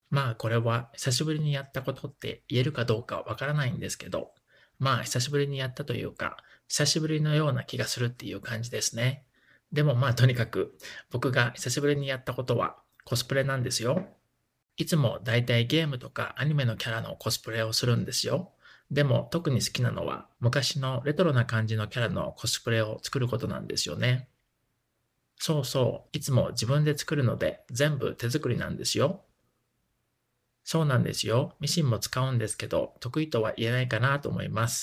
これは久しぶりにやったことって言えるかどうかわからないんですけど、久しぶりにやったというか、久しぶりのような気がするっていう感じですね。でもとにかく僕が久しぶりにやったことはコスプレなんですよ。いつもだいたいゲームとかアニメのキャラのコスプレをするんですよ。でも特に好きなのは昔のレトロな感じのキャラのコスプレを作ることなんですよね。そうそう、いつも自分で作るので全部手作りなんですよ。そうなんですよ。ミシンも使うんですけど、得意とは言えないかなと思います。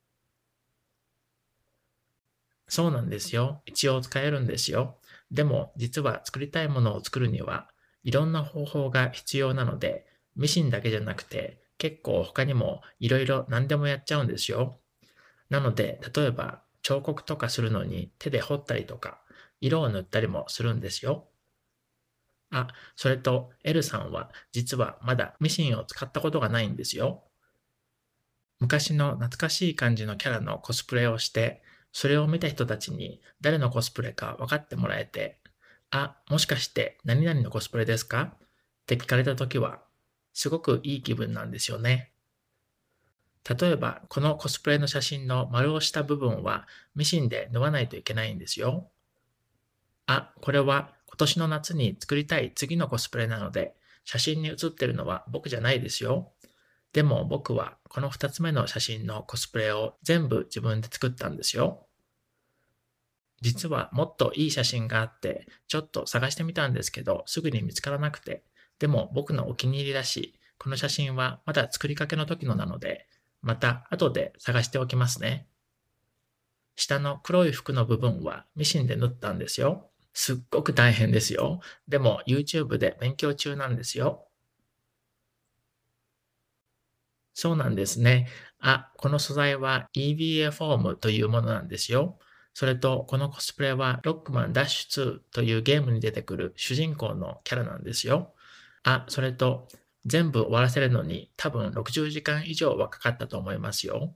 そうなんですよ。一応使えるんですよ。でも、実は作りたいものを作るには、いろんな方法が必要なので、ミシンだけじゃなくて、結構他にもいろいろ何でもやっちゃうんですよ。なので、例えば、彫刻とかするのに手で彫ったりとか、色を塗ったりもするんですよ。それと、L さんは実はまだミシンを使ったことがないんですよ。昔の懐かしい感じのキャラのコスプレをして、それを見た人たちに誰のコスプレか分かってもらえて、もしかして何々のコスプレですかって聞かれたときは、すごくいい気分なんですよね。例えば、このコスプレの写真の丸をした部分はミシンで縫わないといけないんですよ。これは今年の夏に作りたい次のコスプレなので、写真に写ってるのは僕じゃないですよ。でも僕はこの二つ目の写真のコスプレを全部自分で作ったんですよ。実はもっといい写真があって、ちょっと探してみたんですけど、すぐに見つからなくて、でも僕のお気に入りだし、この写真はまだ作りかけの時のなので、また後で探しておきますね。下の黒い服の部分はミシンで縫ったんですよ。すっごく大変ですよ。でも YouTube で勉強中なんですよ。そうなんですね。この素材は EVA フォームというものなんですよ。それと、このコスプレはロックマンダッシュ2というゲームに出てくる主人公のキャラなんですよ。それと、全部終わらせるのに多分60時間以上はかかったと思いますよ。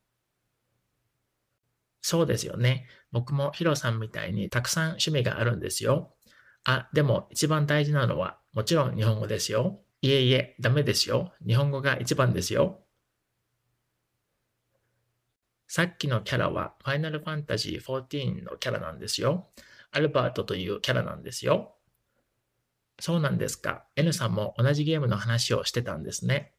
そうですよね。僕もヒロさんみたいにたくさん趣味があるんですよ。でも一番大事なのはもちろん日本語ですよ。いえいえ、ダメですよ。日本語が一番ですよ。さっきのキャラはファイナルファンタジー14のキャラなんですよ。アルバートというキャラなんですよ。そうなんですか。N さんも同じゲームの話をしてたんですね。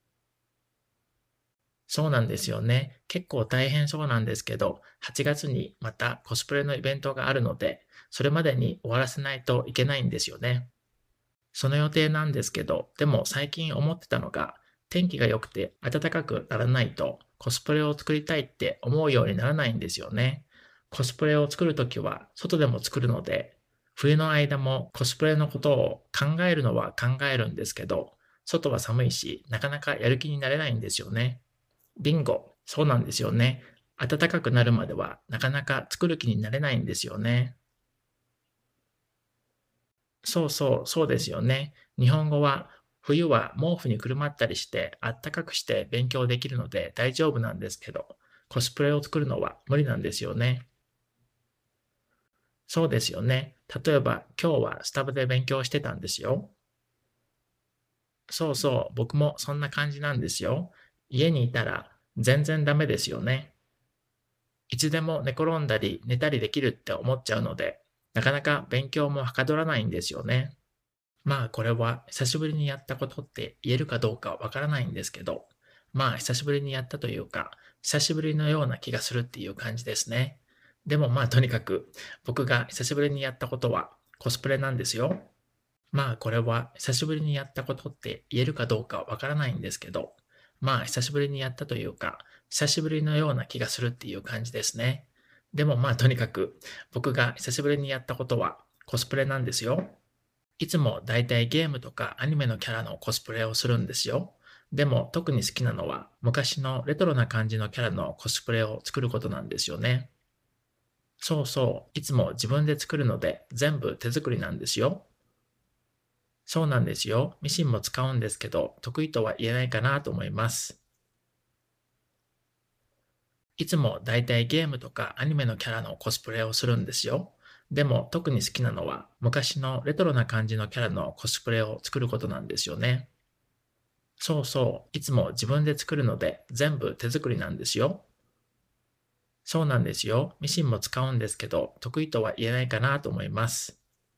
そうなんですよね。結構大変そうなんですけど、8月にまたコスプレのイベントがあるので、それまでに終わらせないといけないんですよね。その予定なんですけど、でも最近思ってたのが、天気が良くて暖かくならないとコスプレを作りたいって思うようにならないんですよね。コスプレを作るときは外でも作るので、冬の間もコスプレのことを考えるのは考えるんですけど、外は寒いし、なかなかやる気になれないんですよね。ビンゴ、そうなんですよね。暖かくなるまではなかなか作る気になれないんですよね。そうそう、そうですよね。日本語は冬は毛布にくるまったりしてあったかくして勉強できるので大丈夫なんですけど、コスプレを作るのは無理なんですよね。そうですよね。例えば今日はスタバで勉強してたんですよ。そうそう、僕もそんな感じなんですよ。家にいたら全然ダメですよね。いつでも寝転んだり寝たりできるって思っちゃうので、なかなか勉強もはかどらないんですよね。これは久しぶりにやったことって言えるかどうかわからないんですけど、久しぶりにやったというか、久しぶりのような気がするっていう感じですね。でもとにかく僕が久しぶりにやったことはコスプレなんですよ。これは久しぶりにやったことって言えるかどうかわからないんですけど、久しぶりにやったというか、久しぶりのような気がするっていう感じですね。でもとにかく僕が久しぶりにやったことはコスプレなんですよ。いつもだいたいゲームとかアニメのキャラのコスプレをするんですよ。でも特に好きなのは昔のレトロな感じのキャラのコスプレを作ることなんですよね。そうそう、いつも自分で作るので全部手作りなんですよ。そうなんですよ。ミシンも使うんですけど、得意とは言えないかなと思います。いつもだいたいゲームとかアニメのキャラのコスプレをするんですよ。 でも特に好きなのは昔のレトロな感じのキャラのコスプレを作ることなんですよね。そうそう、いつも自分で作るので全部手作りなんですよ。そうなんですよ。ミシンも使うんですけど、得意とは言えないかなと思います。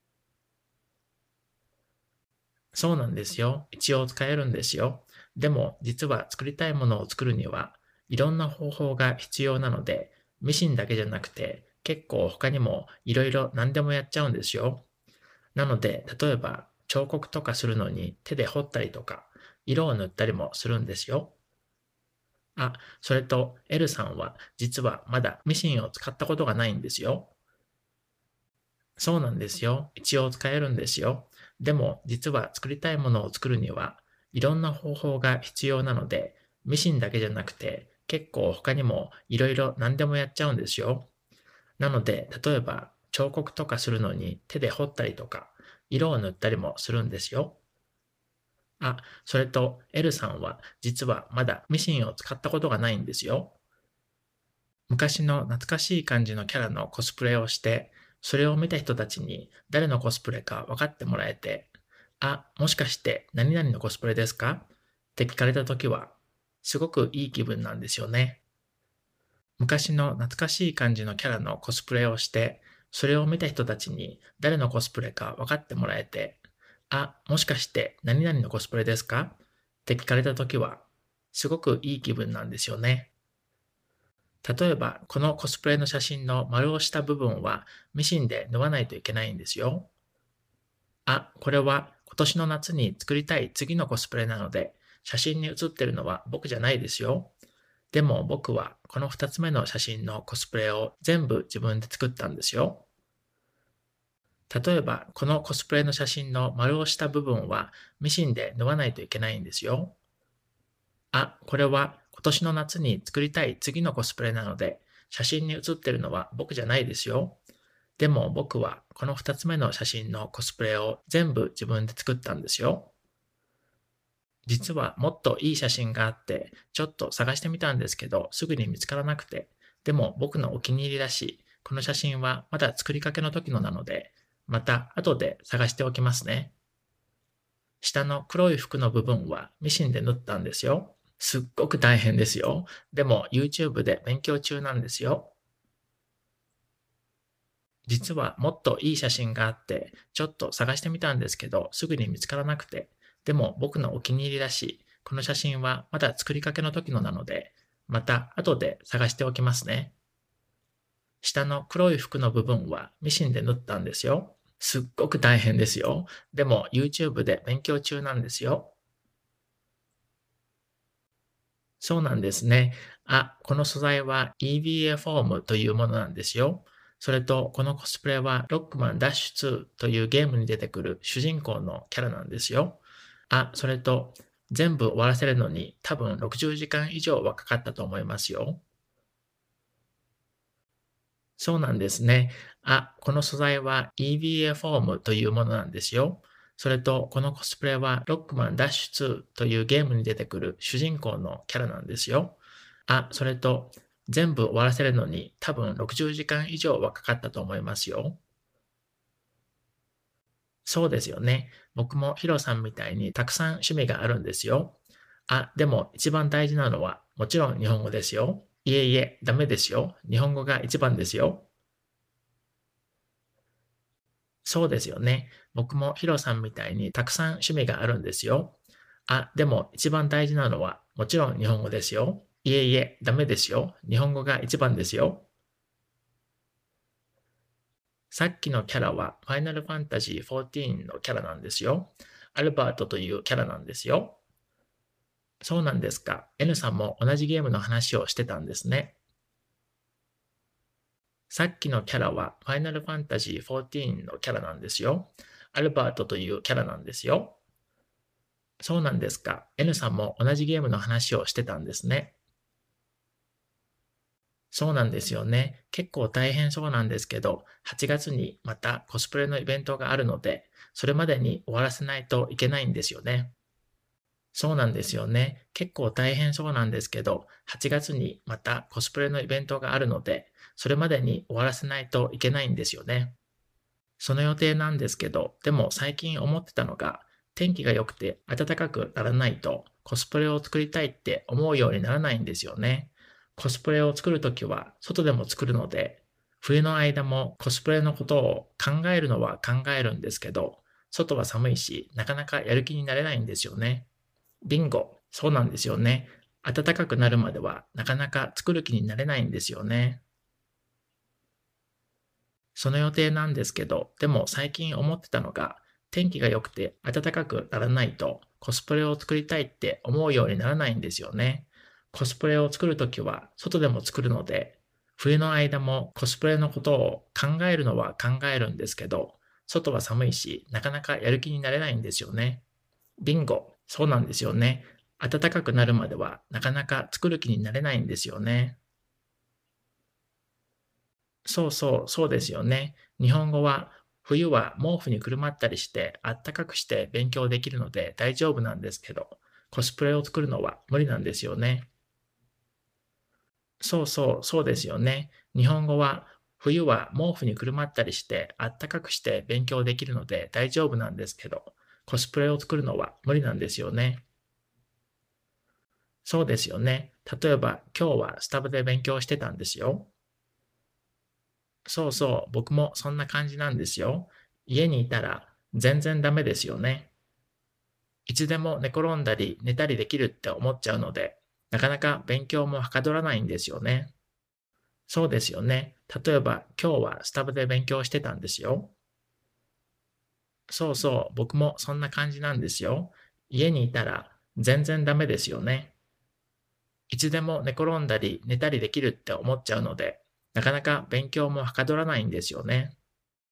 そうなんですよ。一応使えるんですよ。でも、実は作りたいものを作るには、いろんな方法が必要なので、ミシンだけじゃなくて、結構他にもいろいろ何でもやっちゃうんですよ。なので、例えば、彫刻とかするのに手で彫ったりとか、色を塗ったりもするんですよ。あ、それと、L さんは実はまだミシンを使ったことがないんですよ。そうなんですよ。一応使えるんですよ。でも、実は作りたいものを作るには、いろんな方法が必要なので、ミシンだけじゃなくて、結構他にもいろいろ何でもやっちゃうんですよ。なので、例えば、彫刻とかするのに手で彫ったりとか、色を塗ったりもするんですよ。あ、それと、L さんは実はまだミシンを使ったことがないんですよ。昔の懐かしい感じのキャラのコスプレをして、それを見た人たちに誰のコスプレか分かってもらえて、あ、もしかして何々のコスプレですかって聞かれたときは、すごくいい気分なんですよね。昔の懐かしい感じのキャラのコスプレをして、それを見た人たちに誰のコスプレか分かってもらえて、あ、もしかして何々のコスプレですかって聞かれたときは、すごくいい気分なんですよね。例えば、このコスプレの写真の丸をした部分はミシンで縫わないといけないんですよ。あ、これは今年の夏に作りたい次のコスプレなので、写真に写ってるのは僕じゃないですよ。でも僕はこの2つ目の写真のコスプレを全部自分で作ったんですよ。例えば、このコスプレの写真の丸をした部分はミシンで縫わないといけないんですよ。あ、これは今年の夏に作りたい次のコスプレなので、写真に写ってるのは僕じゃないですよ。でも僕はこの2つ目の写真のコスプレを全部自分で作ったんですよ。実はもっといい写真があって、ちょっと探してみたんですけど、すぐに見つからなくて、でも僕のお気に入りだし、この写真はまだ作りかけの時のなので、また後で探しておきますね。下の黒い服の部分はミシンで縫ったんですよ。すっごく大変ですよ。でも YouTube で勉強中なんですよ。実はもっといい写真があって、ちょっと探してみたんですけど、すぐに見つからなくて、でも僕のお気に入りだし、この写真はまだ作りかけの時のなので、また後で探しておきますね。下の黒い服の部分はミシンで縫ったんですよ。すっごく大変ですよ。でも YouTube で勉強中なんですよ。そうなんですね。あ、この素材は EVA フォームというものなんですよ。それと、このコスプレはロックマンダッシュ2というゲームに出てくる主人公のキャラなんですよ。あ、それと、全部終わらせるのに多分60時間以上はかかったと思いますよ。そうなんですね。あ、この素材は EVA フォームというものなんですよ。それと、このコスプレはロックマンダッシュ2というゲームに出てくる主人公のキャラなんですよ。あ、それと、全部終わらせるのに多分60時間以上はかかったと思いますよ。そうですよね。僕もヒロさんみたいにたくさん趣味があるんですよ。あ、でも一番大事なのはもちろん日本語ですよ。いえいえ、ダメですよ。日本語が一番ですよ。そうですよね。僕もヒロさんみたいにたくさん趣味があるんですよ。あ、でも一番大事なのはもちろん日本語ですよ。いえいえ、ダメですよ。日本語が一番ですよ。さっきのキャラはファイナルファンタジー14のキャラなんですよ。アルバートというキャラなんですよ。そうなんですか。N さんも同じゲームの話をしてたんですね。さっきのキャラはファイナルファンタジー14のキャラなんですよ。アルバートというキャラなんですよ。そうなんですか。N さんも同じゲームの話をしてたんですね。そうなんですよね。結構大変そうなんですけど、8月にまたコスプレのイベントがあるので、それまでに終わらせないといけないんですよね。そうなんですよね。結構大変そうなんですけど、8月にまたコスプレのイベントがあるので、それまでに終わらせないといけないんですよね。 その予定なんですけど、でも最近思ってたのが、天気が良くて暖かくならないとコスプレを作りたいって思うようにならないんですよね。コスプレを作るときは外でも作るので、冬の間もコスプレのことを考えるのは考えるんですけど、外は寒いし、なかなかやる気になれないんですよね。ビンゴ、そうなんですよね。暖かくなるまではなかなか作る気になれないんですよね。その予定なんですけど、でも最近思ってたのが、天気が良くて暖かくならないとコスプレを作りたいって思うようにならないんですよね。コスプレを作るときは外でも作るので、冬の間もコスプレのことを考えるのは考えるんですけど、外は寒いし、なかなかやる気になれないんですよね。ビンゴ、そうなんですよね。暖かくなるまではなかなか作る気になれないんですよね。そうそう、そうですよね。日本語は冬は毛布にくるまったりしてあったかくして勉強できるので大丈夫なんですけど、コスプレを作るのは無理なんですよね。そうそう、そうですよね。日本語は冬は毛布にくるまったりしてあったかくして勉強できるので大丈夫なんですけど、コスプレを作るのは無理なんですよね。そうですよね。例えば今日はスタバで勉強してたんですよ。そうそう、僕もそんな感じなんですよ。家にいたら全然ダメですよね。いつでも寝転んだり寝たりできるって思っちゃうので、なかなか勉強もはかどらないんですよね。そうですよね。例えば今日はスタバで勉強してたんですよ。そうそう、僕もそんな感じなんですよ。家にいたら全然ダメですよね。いつでも寝転んだり寝たりできるって思っちゃうので、なかなか勉強もはかどらないんですよね。